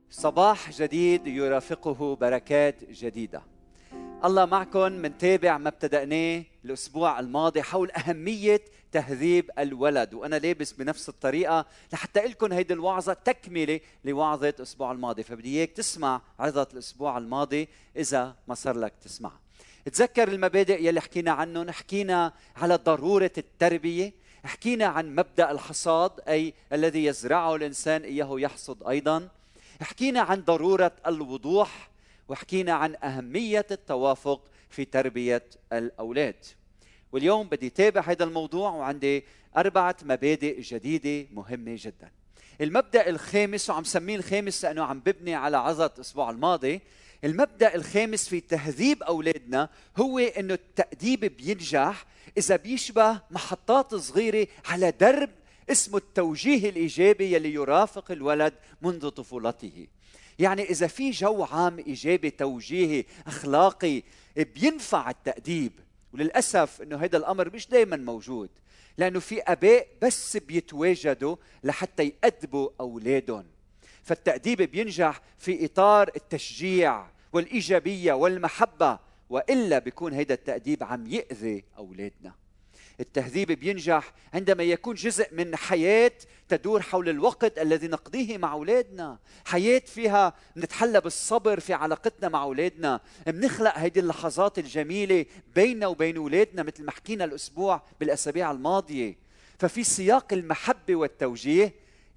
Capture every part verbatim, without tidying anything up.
صباح جديد يرافقه بركات جديدة. الله معكم. منتابع ما ابتدأناه الأسبوع الماضي حول أهمية تهذيب الولد، وأنا لابس بنفس الطريقة لحتى لكم هيدي الوعظة تكملة لوعظة الأسبوع الماضي، فبدي إياك تسمع عظة الأسبوع الماضي إذا ما صار لك تسمعها. تذكر المبادئ يلي حكينا عنهم. حكينا على ضرورة التربية، حكينا عن مبدأ الحصاد أي الذي يزرعه الإنسان إياه يحصد أيضا. حكينا عن ضرورة الوضوح، وحكينا عن أهمية التوافق في تربية الأولاد. واليوم بدي تابع هذا الموضوع وعندي أربعة مبادئ جديدة مهمة جدا. المبدأ الخامس، وعم سميه الخامس لأنه عم ببني على عظة الأسبوع الماضي. المبدأ الخامس في تهذيب أولادنا هو أنه التأديب بينجح إذا بيشبه محطات صغيرة على درب اسمه التوجيه الإيجابي يلي يرافق الولد منذ طفولته. يعني إذا في جو عام إيجابي توجيهي أخلاقي بينفع التأديب. وللأسف أنه هذا الأمر مش دايما موجود، لأنه في آباء بس بيتواجدوا لحتى يأدبوا أولادهم. فالتأديب بينجح في إطار التشجيع والإيجابية والمحبة، وإلا بيكون هذا التأديب عم يؤذي أولادنا. التهذيب بينجح عندما يكون جزء من حياة تدور حول الوقت الذي نقضيه مع أولادنا، حياة فيها نتحلى بالصبر في علاقتنا مع أولادنا، بنخلق هذه اللحظات الجميلة بيننا وبين أولادنا مثل ما حكينا الأسبوع بالأسابيع الماضية. ففي سياق المحبة والتوجيه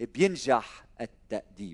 بينجح التأديب.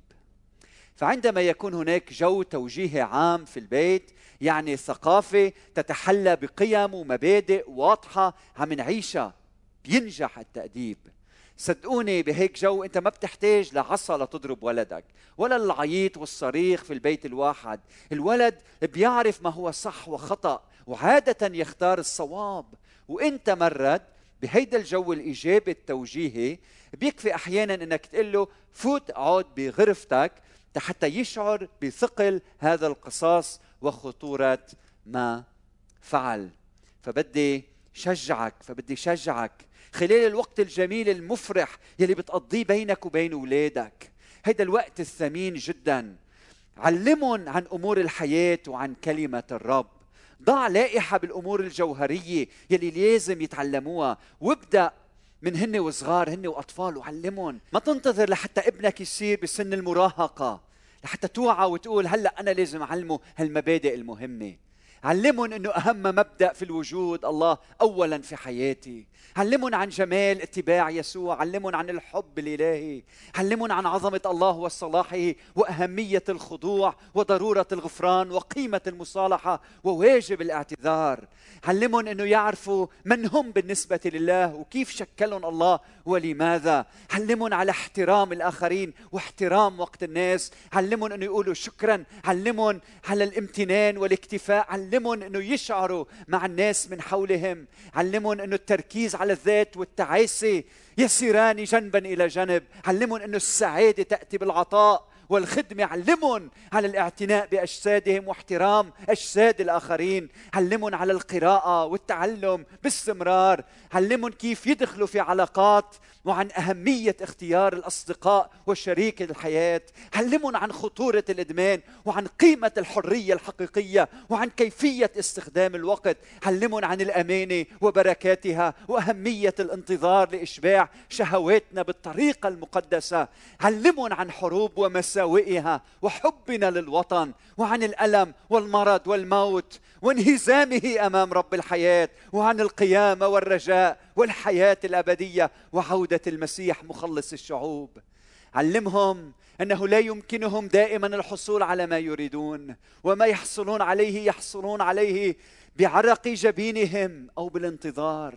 فعندما يكون هناك جو توجيهي عام في البيت، يعني ثقافة تتحلى بقيم ومبادئ واضحة عم نعيشها، بينجح التأديب. صدقوني بهيك جو انت ما بتحتاج لعصا لتضرب ولدك، ولا العيط والصريخ في البيت الواحد. الولد بيعرف ما هو صح وخطأ، وعادة يختار الصواب. وانت مرد بهيدا الجو الإيجابي التوجيهي بيكفي أحيانا انك تقول له فوت اقعد بغرفتك حتى يشعر بثقل هذا القصاص وخطورة ما فعل. فبدي شجعك فبدي شجعك خلال الوقت الجميل المفرح يلي بتقضيه بينك وبين أولادك. هيدا الوقت الثمين جدا. علمهم عن أمور الحياة وعن كلمة الرب. ضع لائحة بالأمور الجوهرية يلي لازم يتعلموها، وابدأ من هن وصغار، هن وأطفال، وعلمهم. ما تنتظر لحتى ابنك يصير بسن المراهقة لحتى توعى وتقول هلأ أنا لازم أعلمه هالمبادئ المهمة. علمهم أنه أهم مبدأ في الوجود الله أولا في حياتي. علمهم عن جمال اتباع يسوع. علمهم عن الحب الإلهي. علمهم عن عظمة الله وصلاحه وأهمية الخضوع وضرورة الغفران وقيمة المصالحة وواجب الاعتذار. علمهم أنه يعرفوا من هم بالنسبة لله وكيف شكلهم الله ولماذا. علمهم على احترام الآخرين واحترام وقت الناس. علمهم أنه يقولوا شكرا. علمهم على الامتنان والاكتفاء. علمهم أنه يشعروا مع الناس من حولهم. علمهم أنه التركيز على الذات والتعاسة يسيران جنبا إلى جنب. علمهم أنه السعادة تأتي بالعطاء والخدمة. علمهم على الاعتناء بأجسادهم واحترام أجساد الآخرين. علمهم على القراءة والتعلم باستمرار. علمهم كيف يدخلوا في علاقات وعن أهمية اختيار الأصدقاء وشريك الحياة. علمهم عن خطورة الإدمان وعن قيمة الحرية الحقيقية وعن كيفية استخدام الوقت. علمهم عن الأمانة وبركاتها وأهمية الانتظار لإشباع شهواتنا بالطريقة المقدسة. علمهم عن حروب ومساوئها وحبنا للوطن وعن الألم والمرض والموت وانهزامه أمام رب الحياة وعن القيامة والرجاء والحياة الأبدية وعودة المسيح مخلص الشعوب. علمهم أنه لا يمكنهم دائما الحصول على ما يريدون، وما يحصلون عليه يحصلون عليه بعرق جبينهم أو بالانتظار.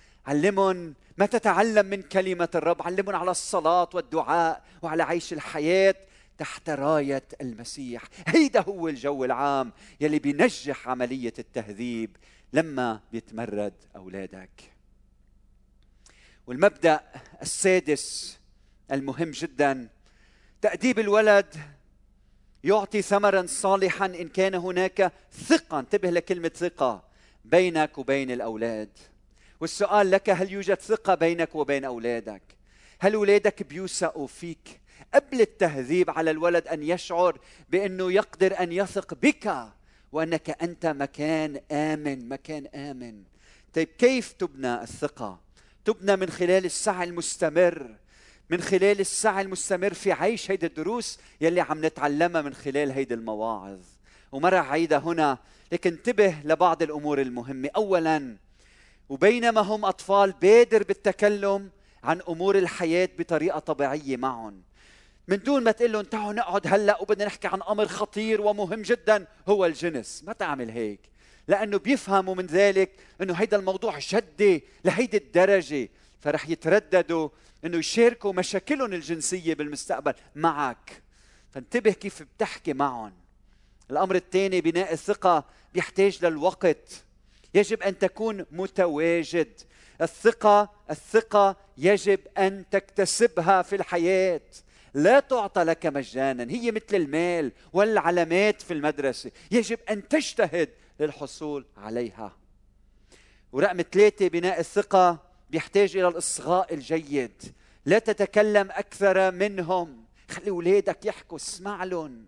علمهم ما تتعلم من كلمة الرب. علمهم على الصلاة والدعاء وعلى عيش الحياة تحت راية المسيح. هيدا هو الجو العام يلي بينجح عملية التهذيب لما بيتمرد أولادك. والمبدأ السادس المهم جدا، تأديب الولد يعطي ثمرا صالحا إن كان هناك ثقة. انتبه لكلمة ثقة بينك وبين الأولاد. والسؤال لك، هل يوجد ثقة بينك وبين أولادك؟ هل أولادك بيوثقوا فيك؟ قبل التهذيب على الولد أن يشعر بأنه يقدر أن يثق بك وأنك أنت مكان آمن، مكان آمن. طيب كيف تبنى الثقة؟ تبنى من خلال السعي المستمر، من خلال السعي المستمر في عيش هيدي الدروس يلي عم نتعلمها من خلال هيدي المواعظ. ومرة عيدة هنا، لكن انتبه لبعض الأمور المهمة. أولاً، وبينما هم أطفال بادر بالتكلم عن أمور الحياة بطريقة طبيعية معهم، من دون ما تقول لهم تعالوا نقعد هلأ وبدنا نحكي عن أمر خطير ومهم جدا هو الجنس. ما تعمل هيك، لأنه بيفهموا من ذلك أنه هيدا الموضوع جدي لهيدي الدرجة، فرح يترددوا أنه يشاركوا مشاكلهم الجنسية بالمستقبل معك. فانتبه كيف بتحكي معهم. الأمر الثاني، بناء الثقة بيحتاج للوقت، يجب أن تكون متواجد. الثقة الثقة يجب أن تكتسبها في الحياة، لا تعطى لك مجانا. هي مثل المال والعلامات في المدرسة، يجب أن تجتهد للحصول عليها. ورقم ثلاثة، بناء الثقة بيحتاج إلى الإصغاء الجيد. لا تتكلم أكثر منهم، خلي أولادك يحكوا، اسمع لهم.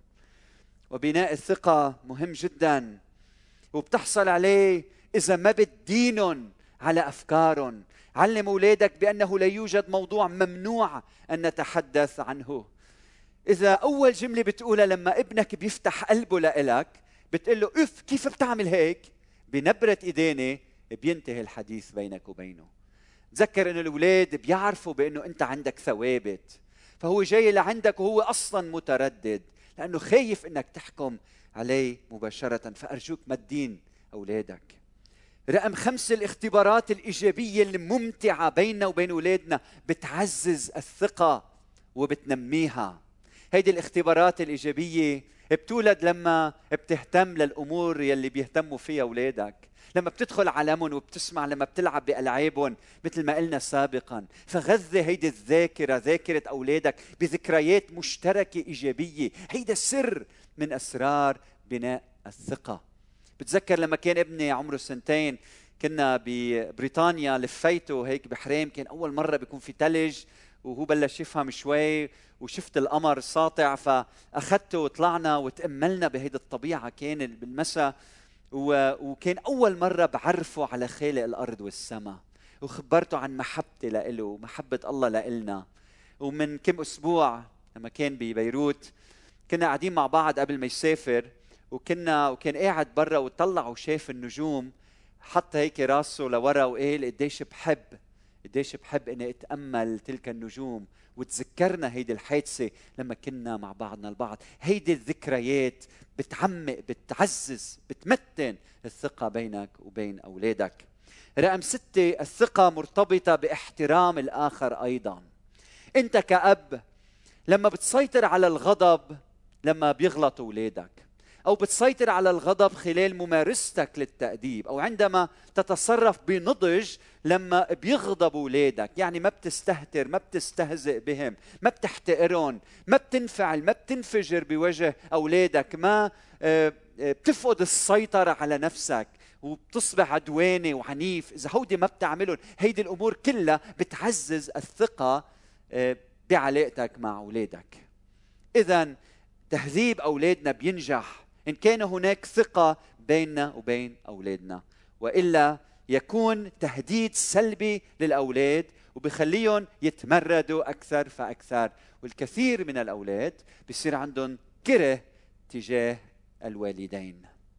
وبناء الثقة مهم جدا، وبتحصل عليه إذا ما بتدينهم على أفكارهم. علم أولادك بأنه لا يوجد موضوع ممنوع أن نتحدث عنه. إذا أول جملة بتقولها لما ابنك بيفتح قلبه لإلك بتقول له أف كيف بتعمل هيك، بنبرة إيديني بينتهي الحديث بينك وبينه. تذكر أن الأولاد بيعرفوا بأنه أنت عندك ثوابت، فهو جاي لعندك وهو أصلا متردد لأنه خايف أنك تحكم عليه مباشرة. فأرجوك ما تدين أولادك. رقم خمسة، الاختبارات الإيجابية الممتعة بيننا وبين أولادنا بتعزز الثقة وبتنميها. هيدي الاختبارات الإيجابية بتولد لما بتهتم للأمور يلي بيهتموا فيها أولادك، لما بتدخل عالمهم وبتسمع، لما بتلعب بألعابهم مثل ما قلنا سابقا. فغذي هيدي الذاكرة، ذاكرة أولادك، بذكريات مشتركة إيجابية. هيدا سر من أسرار بناء الثقة. بتذكر لما كان ابني عمره سنتين كنا ببريطانيا، لفيته هيك بحريم، كان أول مرة بيكون في ثلج وهو بلش يفهم شوي، وشفت القمر ساطع فأخذته وطلعنا وتأملنا بهيدي الطبيعة. كان بالمساء وكان أول مرة بعرفه على خالق الأرض والسماء، وخبرته عن محبتي لإله ومحبة الله لإلنا. ومن كم أسبوع لما كان ببيروت كنا قاعدين مع بعض قبل ما يسافر، وكنا وكان قاعد برا وطلع وشاف النجوم، حط هيك راسه لورا وقال قديش بحب قديش بحب اني اتامل تلك النجوم. وتذكرنا هيدي الحادثه لما كنا مع بعضنا البعض. هيدي الذكريات بتعمق، بتعزز، بتمتن الثقه بينك وبين اولادك. رقم ستة، الثقه مرتبطه باحترام الاخر ايضا. انت كأب لما بتسيطر على الغضب لما بيغلط اولادك، أو بتسيطر على الغضب خلال ممارستك للتأديب، أو عندما تتصرف بنضج لما بيغضبوا أولادك، يعني ما بتستهتر، ما بتستهزئ بهم، ما بتحتقرهم، ما بتنفعل، ما بتنفجر بوجه أولادك، ما بتفقد السيطرة على نفسك وبتصبح عدواني وعنيف. إذا هودي ما بتعملهم، هيدي الأمور كلها بتعزز الثقة بعلاقتك مع أولادك. إذن تهذيب أولادنا بينجح إن كان هناك ثقة بيننا وبين أولادنا، وإلا يكون تهديد سلبي للأولاد وبخليهم يتمردوا أكثر فأكثر. والكثير من الأولاد بيصير عندهم كره تجاه الوالدين.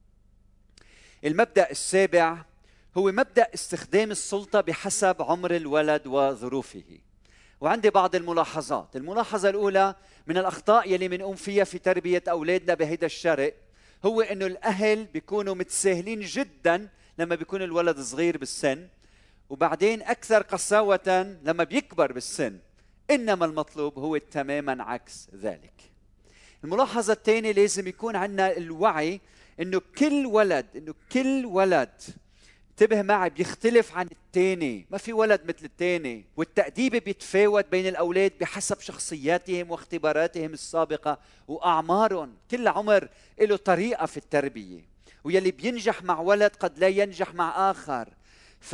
المبدأ السابع هو مبدأ استخدام السلطة بحسب عمر الولد وظروفه. وعندي بعض الملاحظات. الملاحظة الأولى من الأخطاء يلي منقوم فيها في تربية أولادنا بهيدا الشرق هو إنه الأهل بيكونوا متساهلين جدا لما بيكون الولد صغير بالسن، وبعدين أكثر قساوة لما بيكبر بالسن. إنما المطلوب هو تماما عكس ذلك. الملاحظة الثانية، لازم يكون عندنا الوعي إنه كل ولد إنه كل ولد انتبه معي بيختلف عن الثاني، ما في ولد مثل الثاني. والتأديب بيتفاوت بين الأولاد بحسب شخصياتهم واختباراتهم السابقة وأعمارهم. كل عمر له طريقة في التربية، ويلي بينجح مع ولد قد لا ينجح مع آخر.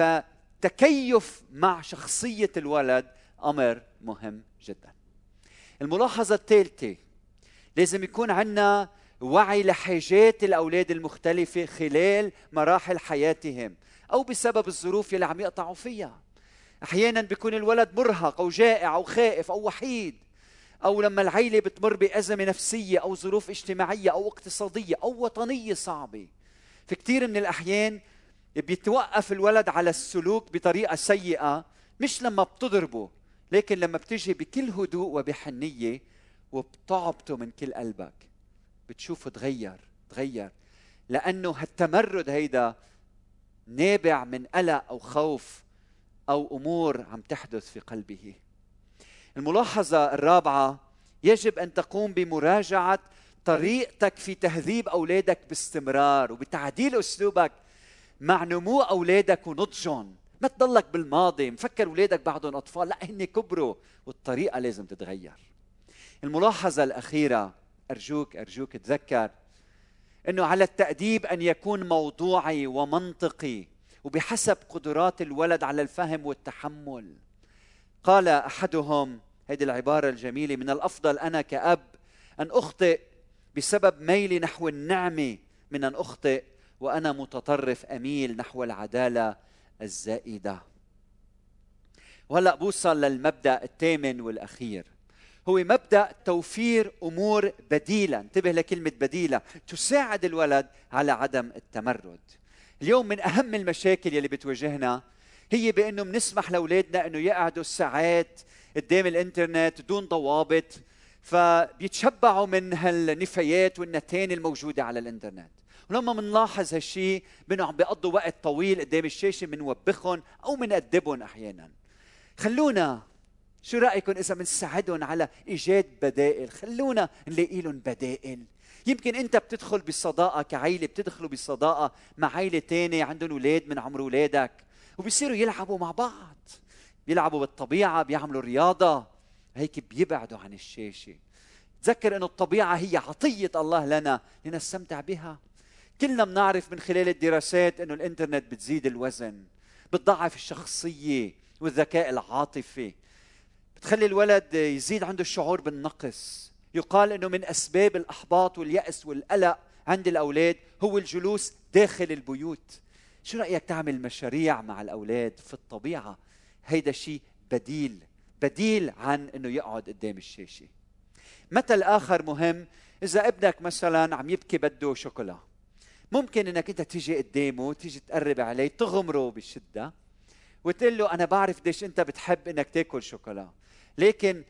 فتكيف مع شخصية الولد أمر مهم جدا. الملاحظة الثالثة، لازم يكون عندنا وعي لحاجات الأولاد المختلفة خلال مراحل حياتهم أو بسبب الظروف اللي عم يقطعوا فيها. أحيانا بيكون الولد مرهق أو جائع أو خائف أو وحيد، أو لما العيلة بتمر بأزمة نفسية أو ظروف اجتماعية أو اقتصادية أو وطنية صعبة. في كتير من الأحيان بيتوقف الولد على السلوك بطريقة سيئة، مش لما بتضربه، لكن لما بتجي بكل هدوء وبحنية وبتعبطه من كل قلبك، بتشوفه تغير تغير لأنه هالتمرد هيدا نابع من قلق أو خوف أو أمور عم تحدث في قلبه. الملاحظة الرابعة، يجب أن تقوم بمراجعة طريقتك في تهذيب أولادك باستمرار وبتعديل أسلوبك مع نمو أولادك ونضجهم. ما تضلك بالماضي مفكر أولادك بعضهم أطفال، لا هن كبروا والطريقة لازم تتغير. الملاحظة الأخيرة، أرجوك أرجوك تذكر أنه على التأديب أن يكون موضوعي ومنطقي وبحسب قدرات الولد على الفهم والتحمل. قال أحدهم هذه العبارة الجميلة: من الأفضل أنا كأب أن أخطئ بسبب ميلي نحو النعمة من أن أخطئ وأنا متطرف أميل نحو العدالة الزائدة. وهلأ بوصل للمبدأ الثامن والأخير، هو مبدأ توفير أمور بديلة. انتبه لكلمة بديلة، تساعد الولد على عدم التمرد. اليوم من أهم المشاكل يلي بتواجهنا هي بأنه بنسمح لأولادنا أنه يقعدوا الساعات قدام الإنترنت دون ضوابط، فبيتشبعوا من هالنفايات والنتائج الموجودة على الإنترنت. ولما منلاحظ هالشيء بأنه عم بيقضوا وقت طويل قدام الشاشة، منوبخهم أو منأدبهم أحيانا. خلونا، شو رأيكم إذا بنساعدهم على إيجاد بدائل؟ خلونا نلاقي لهم بدائل. يمكن أنت بتدخل بصداقة كعيلة، بتدخلوا بصداقة مع عيلة تانية عندهم أولاد من عمر أولادك، وبيصيروا يلعبوا مع بعض، بيلعبوا بالطبيعة، بيعملوا رياضة، هيك بيبعدوا عن الشاشة. تذكر أن الطبيعة هي عطية الله لنا لنستمتع بها. كلنا بنعرف من خلال الدراسات أنه الإنترنت بتزيد الوزن، بتضعف الشخصية والذكاء العاطفي، بتخلي الولد يزيد عنده الشعور بالنقص. يقال أنه من أسباب الأحباط واليأس والقلق عند الأولاد هو الجلوس داخل البيوت. شو رأيك تعمل مشاريع مع الأولاد في الطبيعة؟ هيدا شيء بديل بديل عن أنه يقعد قدام الشاشة. مثل آخر مهم، إذا ابنك مثلا عم يبكي بده شوكولا، ممكن أنك أنت تيجي قدامه، تيجي تقرب عليه، تغمره بالشدة وتقول له أنا بعرف قديش أنت بتحب أنك تاكل شوكولا، لكن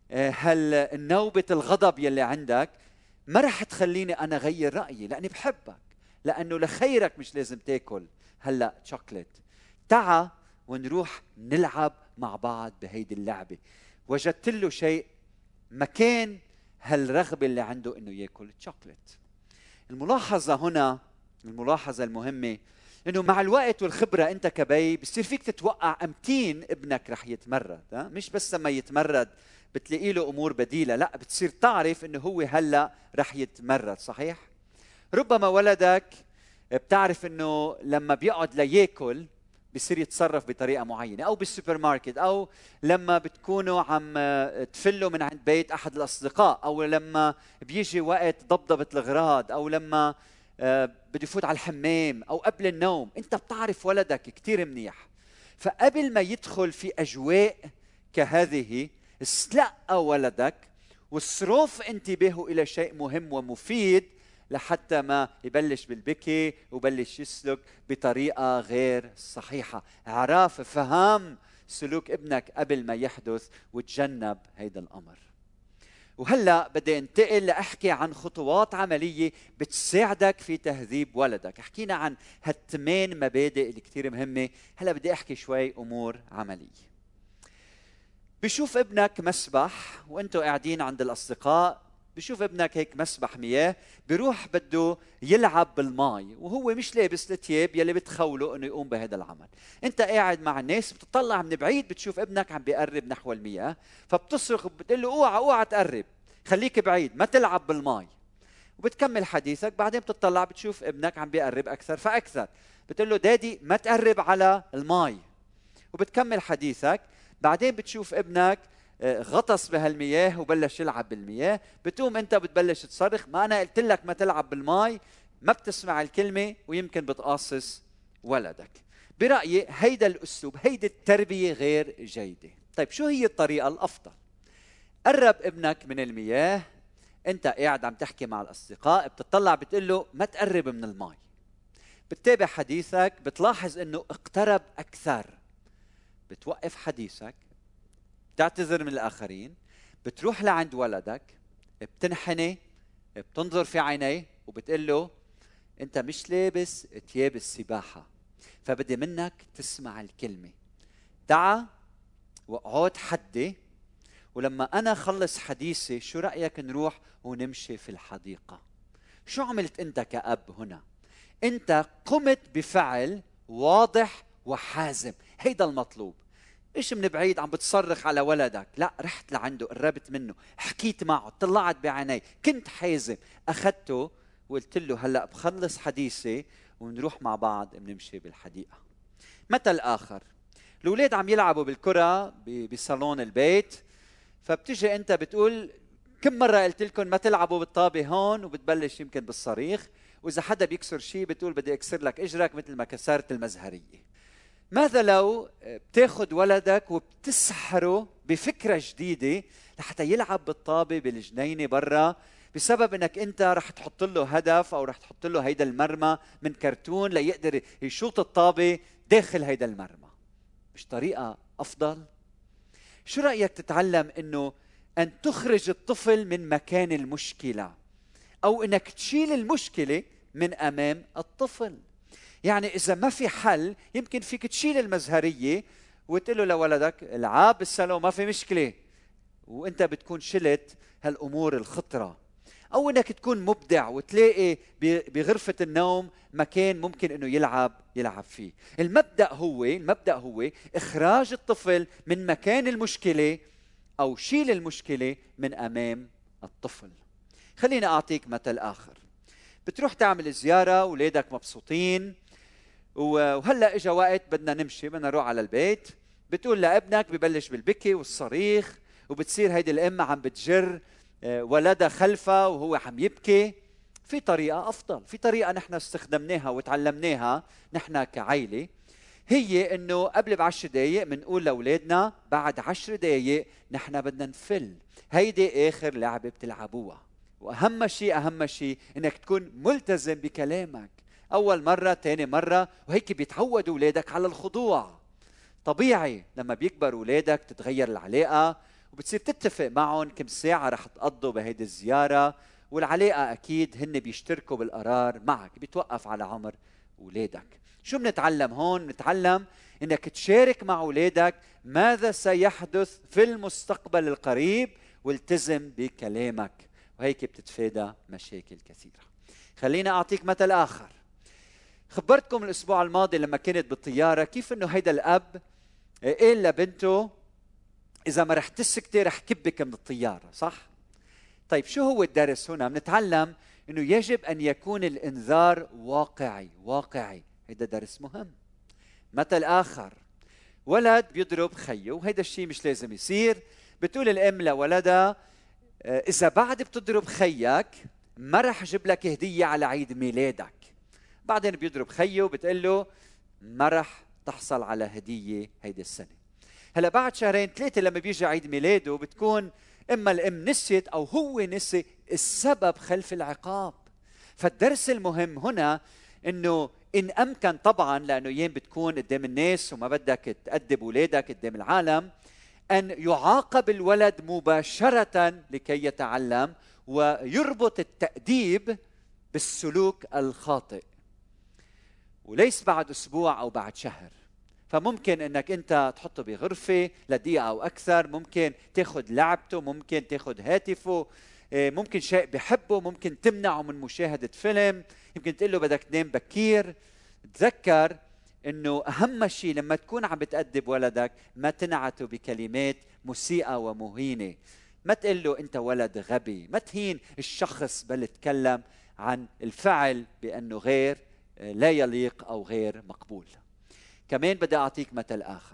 هل نوبة الغضب يلي عندك ما رح تخليني أنا غير رأيي، لأني بحبك، لأنه لخيرك مش لازم تاكل هلأ شوكولات. تعا ونروح نلعب مع بعض بهيدي اللعبة. وجدت له شيء مكان هالرغبة اللي عنده إنه ياكل شوكولات. الملاحظة هنا، الملاحظة المهمة، إنه مع الوقت والخبرة أنت كبي بصير فيك تتوقع أمتين ابنك رح يتمرد. ها؟ مش بس لما يتمرد بتلاقي له أمور بديلة، لا، بتصير تعرف إنه هو هلأ رح يتمرد. صحيح؟ ربما ولدك بتعرف إنه لما بيقعد لياكل بصير يتصرف بطريقة معينة، أو بالسوبر ماركت، أو لما بتكونوا عم تفلوا من عند بيت أحد الأصدقاء، أو لما بيجي وقت ضبضبة الغراض، أو لما بده يفوت على الحمام، أو قبل النوم. أنت بتعرف ولدك كتير منيح، فقبل ما يدخل في أجواء كهذه استلقى ولدك وصرف انتباهه إلى شيء مهم ومفيد لحتى ما يبلش بالبكي وبلش يسلك بطريقة غير صحيحة. عرف فهم سلوك ابنك قبل ما يحدث وتجنب هيدا الأمر. وهلأ بدي انتقل لأحكي عن خطوات عملية بتساعدك في تهذيب ولدك. حكينا عن هالثمان مبادئ اللي كتير مهمة، هلأ بدي أحكي شوي أمور عملية. بشوف ابنك مسبح وانتوا قاعدين عند الأصدقاء، بشوف ابنك هيك مسبح مياه، بيروح بده يلعب بالماء وهو مش لابس الثياب يلي بتخوله انه يقوم بهذا العمل. انت قاعد مع الناس بتطلع من بعيد بتشوف ابنك عم بيقرب نحو المياه، فبتصرخ وبتقول له اوعى اوعى تقرب، خليك بعيد، ما تلعب بالماء. وبتكمل حديثك، بعدين بتطلع بتشوف ابنك عم بيقرب اكثر فاكثر، بتقول له دادي ما تقرب على الماء. وبتكمل حديثك، بعدين بتشوف ابنك غطس بهالمياه وبلش يلعب بالمياه، بتقوم انت بتبلش تصرخ، ما انا قلت لك ما تلعب بالماء، ما بتسمع الكلمه ويمكن بتقاصص ولدك. برايي هيدا الاسلوب، هيدي التربيه غير جيده. طيب شو هي الطريقه الافضل؟ قرب ابنك من المياه، انت قاعد عم تحكي مع الاصدقاء، بتطلع بتقول له ما تقرب من الماء، بتتابع حديثك، بتلاحظ انه اقترب اكثر، بتوقف حديثك، بتعتذر من الاخرين، بتروح لعند ولدك، بتنحني، بتنظر في عينيه وبتقول له انت مش لابس ثياب السباحه، فبدي منك تسمع الكلمه، تعا واقعد حدي، ولما انا خلص حديثي شو رايك نروح ونمشي في الحديقه؟ شو عملت انت كأب هنا؟ انت قمت بفعل واضح وحازم، هيدا المطلوب. ايش من بعيد عم بتصرخ على ولدك، لا، رحت لعنده، قربت منه، حكيت معه، طلعت بعينيه، كنت حازم، اخذته وقلت له هلا بخلص حديثي ونروح مع بعض بنمشي بالحديقه. مثل اخر، الاولاد عم يلعبوا بالكره بصالون البيت، فبتجي انت بتقول كم مره قلت لكم ما تلعبوا بالطابه هون، وبتبلش يمكن بالصريخ، واذا حدا بيكسر شيء بتقول بدي اكسر لك اجرك مثل ما كسرت المزهريه. ماذا لو بتاخذ ولدك وبتسحره بفكره جديده لحتى يلعب بالطابه بالجنينه برا، بسبب انك انت رح تحط له هدف او رح تحط له هيدا المرمى من كرتون ليقدر يشوط الطابه داخل هيدا المرمى؟ مش طريقه افضل؟ شو رأيك تتعلم انه ان تخرج الطفل من مكان المشكلة، او انك تشيل المشكلة من امام الطفل؟ يعني اذا ما في حل يمكن فيك تشيل المزهرية وتقول له لولدك العاب بالصالون ما في مشكلة، وانت بتكون شلت هالامور الخطرة. او انك تكون مبدع وتلاقي بغرفة النوم مكان ممكن انه يلعب يلعب فيه. المبدأ هو المبدأ هو اخراج الطفل من مكان المشكلة او شيل المشكلة من امام الطفل. خليني اعطيك مثل اخر. بتروح تعمل زيارة، اولادك مبسوطين، وهلا اجى وقت بدنا نمشي، بدنا نروح على البيت، بتقول لابنك ببلش بالبكي والصريخ، وبتصير هيدي الام عم بتجر ولدها خلفها وهو عم يبكي. في طريقة أفضل، في طريقة نحن استخدمناها وتعلمناها نحن كعائلة، هي إنه قبل بعشر دقايق بنقول لأولادنا بعد عشر دقايق نحن بدنا نفل، هيدي آخر لعبة بتلعبوها. وأهم شيء أهم شيء إنك تكون ملتزم بكلامك، أول مرة تاني مرة، وهيك بيتعودوا أولادك على الخضوع. طبيعي لما بيكبر أولادك تتغير العلاقة، وبتصير تتفق معهم كم ساعة رح تقضوا بهيدي الزيارة، والعلاقة أكيد هن بيشتركوا بالقرار معك، بيتوقف على عمر أولادك. شو بنتعلم هون؟ بنتعلم إنك تشارك مع أولادك ماذا سيحدث في المستقبل القريب، والتزم بكلامك، وهيك بتتفادى مشاكل كثيرة. خلينا أعطيك مثل آخر. خبرتكم الأسبوع الماضي لما كنت بالطيارة كيف إنه هيدا الأب قال لبنته إذا ما رح تسكتي رح كبك من الطيارة، صح؟ طيب شو هو الدرس هنا؟ بنتعلم إنه يجب أن يكون الإنذار واقعي واقعي، هيدا درس مهم. مثل آخر، ولد بيضرب خيه، وهيدا الشيء مش لازم يصير، بتقول الأم لولدها إذا بعد بتضرب خيك ما رح أجيب لك هدية على عيد ميلادك. بعدين بيضرب خيه وبتقول له ما رح تحصل على هدية هيدي السنة. هلا بعد شهرين ثلاثة لما بيجي عيد ميلاده بتكون إما الأم نسيت أو هو نسي السبب خلف العقاب. فالدرس المهم هنا إنه إن أمكن طبعاً، لأنه يوم بتكون قدام الناس وما بدك تأدب أولادك قدام العالم، أن يعاقب الولد مباشرة لكي يتعلم، ويربط التأديب بالسلوك الخاطئ، وليس بعد أسبوع أو بعد شهر. فممكن انك انت تحطه بغرفه لدقيقه او اكثر، ممكن تاخذ لعبته، ممكن تاخذ هاتفه، ممكن شيء بحبه، ممكن تمنعه من مشاهده فيلم، يمكن تقول له بدك تنام بكير. تذكر انه اهم شيء لما تكون عم بتأدب ولدك ما تنعته بكلمات مسيئه ومهينه، ما تقول له انت ولد غبي، ما تهين الشخص، بل تكلم عن الفعل بانه غير لا يليق او غير مقبول. كمان بدي أعطيك مثل آخر.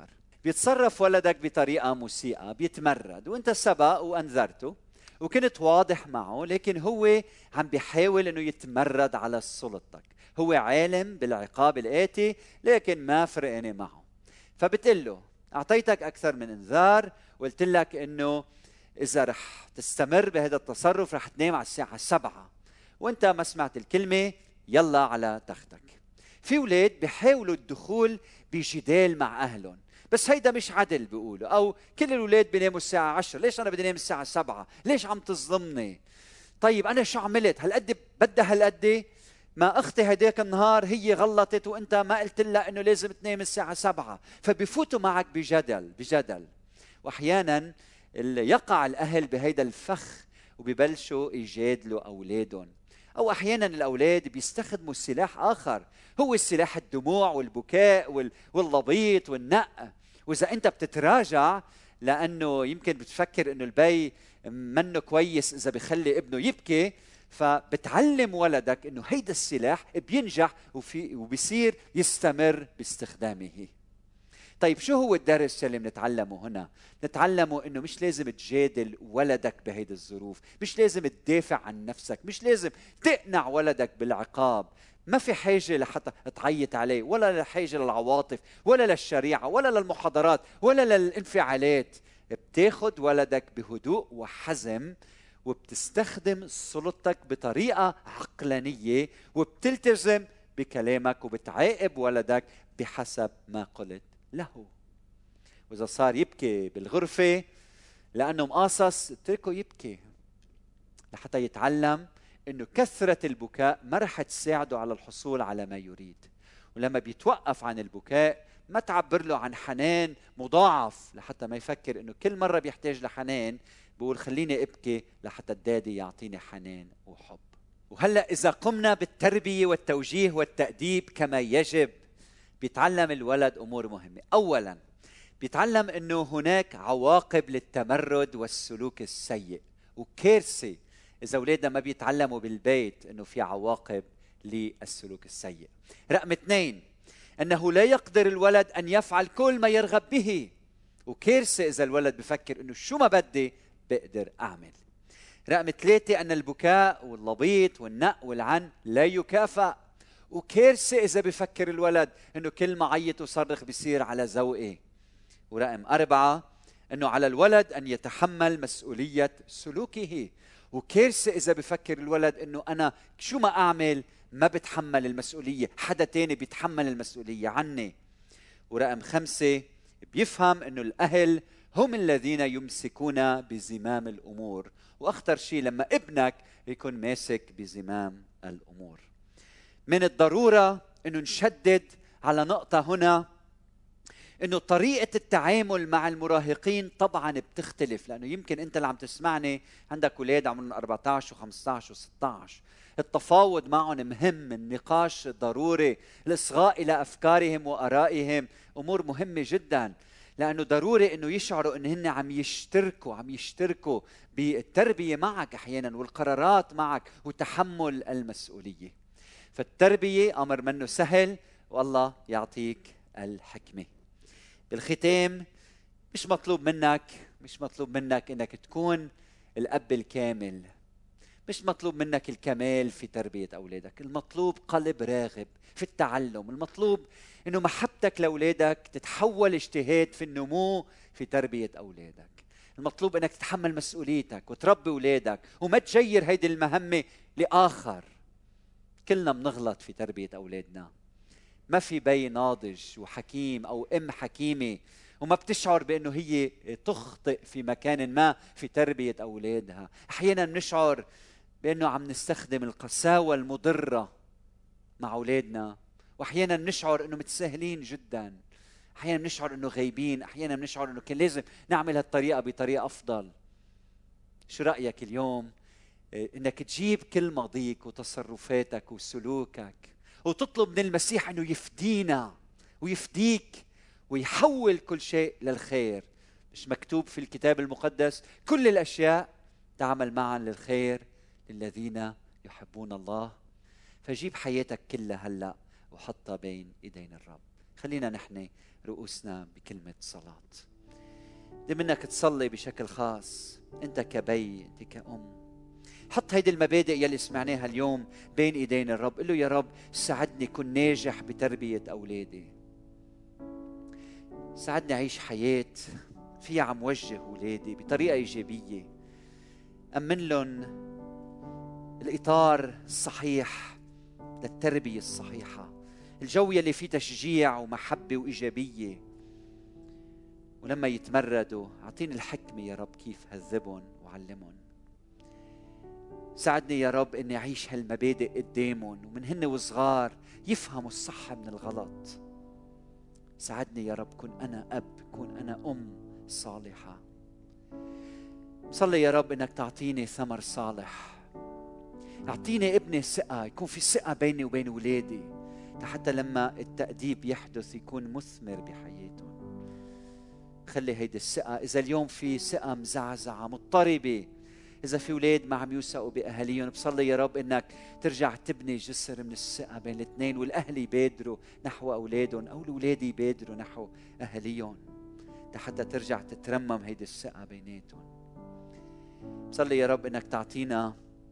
بيتصرف ولدك بطريقة مسيئة، بيتمرد، وانت سبق وانذرته وكنت واضح معه، لكن هو عم بيحاول انه يتمرد على سلطتك. هو عالم بالعقاب الآتي لكن ما فرقني معه. فبتقول له اعطيتك اكثر من انذار، وقلت لك انه اذا رح تستمر بهذا التصرف رح تنام على الساعة سبعة، وانت ما سمعت الكلمة، يلا على تختك. في اولاد بيحاولوا الدخول بجدال مع اهلهم، بس هيدا مش عدل بيقولوا، او كل الاولاد بيناموا الساعة عشرة، ليش انا بدي انام الساعة سبعة؟ ليش عم تظلمني؟ طيب انا شو عملت؟ هالقد بدها هالقد؟ ما اختي هداك النهار هي غلطت وانت ما قلت لها انه لازم تنام الساعة سبعة، فبفوتوا معك بجدل بجدل. واحيانا يقع الاهل بهيدا الفخ وبيبلشوا يجادلوا اولادهم، او احيانا الاولاد بيستخدموا سلاح اخر، هو السلاح الدموع والبكاء واللبيط والنق. واذا انت بتتراجع لانه يمكن بتفكر انه البي منه كويس اذا بخلي ابنه يبكي، فبتعلم ولدك انه هيدا السلاح بينجح وفي وبيصير يستمر باستخدامه. طيب شو هو الدرس اللي بنتعلمه هنا؟ نتعلمه انه مش لازم تجادل ولدك بهيدي الظروف، مش لازم تدافع عن نفسك، مش لازم تقنع ولدك بالعقاب. ما في حاجة لحتى تعيط عليه، ولا حاجة للعواطف، ولا للشريعة، ولا للمحاضرات، ولا للانفعالات. بتاخد ولدك بهدوء وحزم، وبتستخدم سلطتك بطريقة عقلانية، وبتلتزم بكلامك، وبتعاقب ولدك بحسب ما قلت له. وإذا صار يبكي بالغرفة لأنه مقاصص، اتركه يبكي لحتى يتعلم إنه كثرة البكاء ما رح تساعده على الحصول على ما يريد. ولما بيتوقف عن البكاء ما تعبر له عن حنان مضاعف لحتى ما يفكر إنه كل مرة بيحتاج لحنان بقول خليني ابكي لحتى الدادي يعطيني حنان وحب. وهلأ إذا قمنا بالتربية والتوجيه والتأديب كما يجب، بيتعلم الولد أمور مهمة. أولاً بيتعلم أنه هناك عواقب للتمرد والسلوك السيء، وكارثة إذا أولادنا ما بيتعلموا بالبيت أنه في عواقب للسلوك السيء. رقم اثنين، أنه لا يقدر الولد أن يفعل كل ما يرغب به، وكارثة إذا الولد بفكر أنه شو ما بدي بقدر أعمل. رقم ثلاثة، أن البكاء واللبيط والنق والعن لا يكافأ، وكارثة إذا بفكر الولد أنه كل ما عيط وصرخ بيصير على ذوقي. ورقم أربعة، أنه على الولد أن يتحمل مسؤولية سلوكه، وكارثة إذا بفكر الولد أنه أنا شو ما أعمل ما بتحمل المسؤولية، حدا تاني بيتحمل المسؤولية عني. ورقم خمسة، بيفهم أنه الأهل هم الذين يمسكون بزمام الأمور، وأخطر شيء لما ابنك يكون ماسك بزمام الأمور. من الضرورة أنه نشدد على نقطة هنا، أنه طريقة التعامل مع المراهقين طبعاً بتختلف، لأنه يمكن أنت اللي عم تسمعني عندك أولاد عمرهم أربعة عشر وخمسة عشر وستة عشر. التفاوض معهم مهم، النقاش ضروري، الإصغاء إلى أفكارهم وآرائهم أمور مهمة جداً، لأنه ضروري أنه يشعروا أن هن عم يشتركوا عم يشتركوا بالتربية معك أحياناً، والقرارات معك، وتحمل المسؤولية. فالتربية أمر منه سهل، والله يعطيك الحكمة. بالختام، مش مطلوب منك مش مطلوب منك انك تكون الاب الكامل، مش مطلوب منك الكمال في تربية اولادك، المطلوب قلب راغب في التعلم، المطلوب انه محبتك لاولادك تتحول اجتهاد في النمو في تربية اولادك، المطلوب انك تتحمل مسؤوليتك وتربي اولادك وما تجير هيدي المهمة لاخر. كلنا بنغلط في تربية اولادنا، ما في بي ناضج وحكيم أو أم حكيمة وما بتشعر بأنه هي تخطئ في مكان ما في تربية أولادها. أحيانا بنشعر بأنه عم نستخدم القساوة المضرة مع أولادنا، وأحيانا بنشعر أنه متساهلين جدا، أحيانا بنشعر أنه غايبين، أحيانا بنشعر أنه كان لازم نعمل هالطريقة بطريقة أفضل. شو رأيك اليوم أنك تجيب كل ماضيك وتصرفاتك وسلوكك وتطلب من المسيح أنه يفدينا ويفديك ويحول كل شيء للخير؟ مش مكتوب في الكتاب المقدس كل الأشياء تعمل معا للخير للذين يحبون الله؟ فجيب حياتك كلها هلأ وحطها بين إيدين الرب. خلينا نحن رؤوسنا بكلمة صلاة. بدي منك تصلي بشكل خاص، أنت كبي، أنت كأم. حط هيدي المبادئ يلي سمعناها اليوم بين إيدين الرب. قل له يا رب ساعدني كن ناجح بتربية أولادي، ساعدني أعيش حياة فيها عم وجه أولادي بطريقة إيجابية، أمن لهم الإطار الصحيح للتربية الصحيحة، الجو يلي فيه تشجيع ومحبة وإيجابية. ولما يتمردوا أعطيني الحكمة يا رب كيف هذبهم وعلمهم. ساعدني يا رب إني أعيش هالمبادئ قدامهم ومن هن وصغار يفهموا الصح من الغلط. ساعدني يا رب كن أنا أب، كن أنا أم صالحة. صلي يا رب إنك تعطيني ثمر صالح، أعطيني ابني ثقة، يكون في ثقة بيني وبين أولادي حتى لما التأديب يحدث يكون مثمر بحياتهم. خلي هيدي الثقة، إذا اليوم في ثقة مزعزعة مضطربة، إذا في أولاد ما عم يوثقوا بأهاليهم، بصلي يا رب إنك ترجع تبني جسر من الثقة بين الاثنين، والأهل يبادروا نحو أولادهم أو الأولاد يبادروا نحو أهاليهم حتى ترجع تترمم هيدي الثقة بيناتهم. بصلي يا رب إنك تعطينا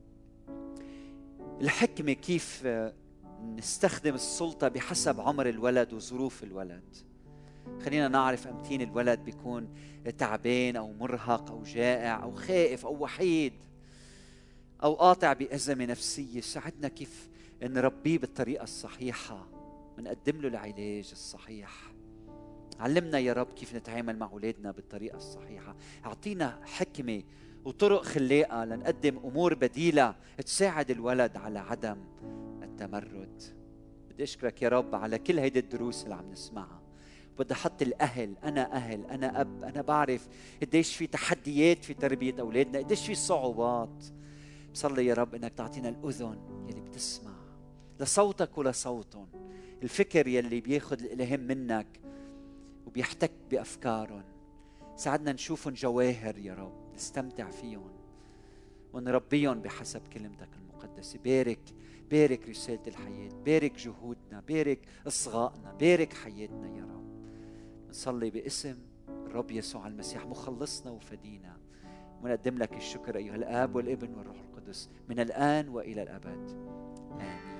الحكمة كيف نستخدم السلطة بحسب عمر الولد وظروف الولد. خلينا نعرف أمتين الولد بيكون تعبان أو مرهق أو جائع أو خائف أو وحيد أو قاطع بأزمة نفسية. ساعدنا كيف نربيه بالطريقة الصحيحة ونقدم له العلاج الصحيح. علمنا يا رب كيف نتعامل مع أولادنا بالطريقة الصحيحة. أعطينا حكمة وطرق خلاقة لنقدم أمور بديلة تساعد الولد على عدم التمرد. بدي أشكرك يا رب على كل هيدي الدروس اللي عم نسمعها. بدي أحط الأهل، أنا أهل، أنا أب، أنا بعرف قديش في تحديات في تربية أولادنا، قديش في صعوبات. بصلي يا رب إنك تعطينا الأذن يلي بتسمع لصوتك ولصوتهم، الفكر يلي بياخد الإلهام منك وبيحتك بأفكارهم. ساعدنا نشوفهم جواهر يا رب، نستمتع فيهم ونربيهم بحسب كلمتك المقدسة. بارك بارك رسالة الحياة، بارك جهودنا، بارك إصغائنا، بارك حياتنا يا رب. نصلي باسم الرب يسوع المسيح مخلصنا وفدينا، ونقدم لك الشكر أيها الآب والابن والروح القدس من الآن وإلى الأبد. آمين.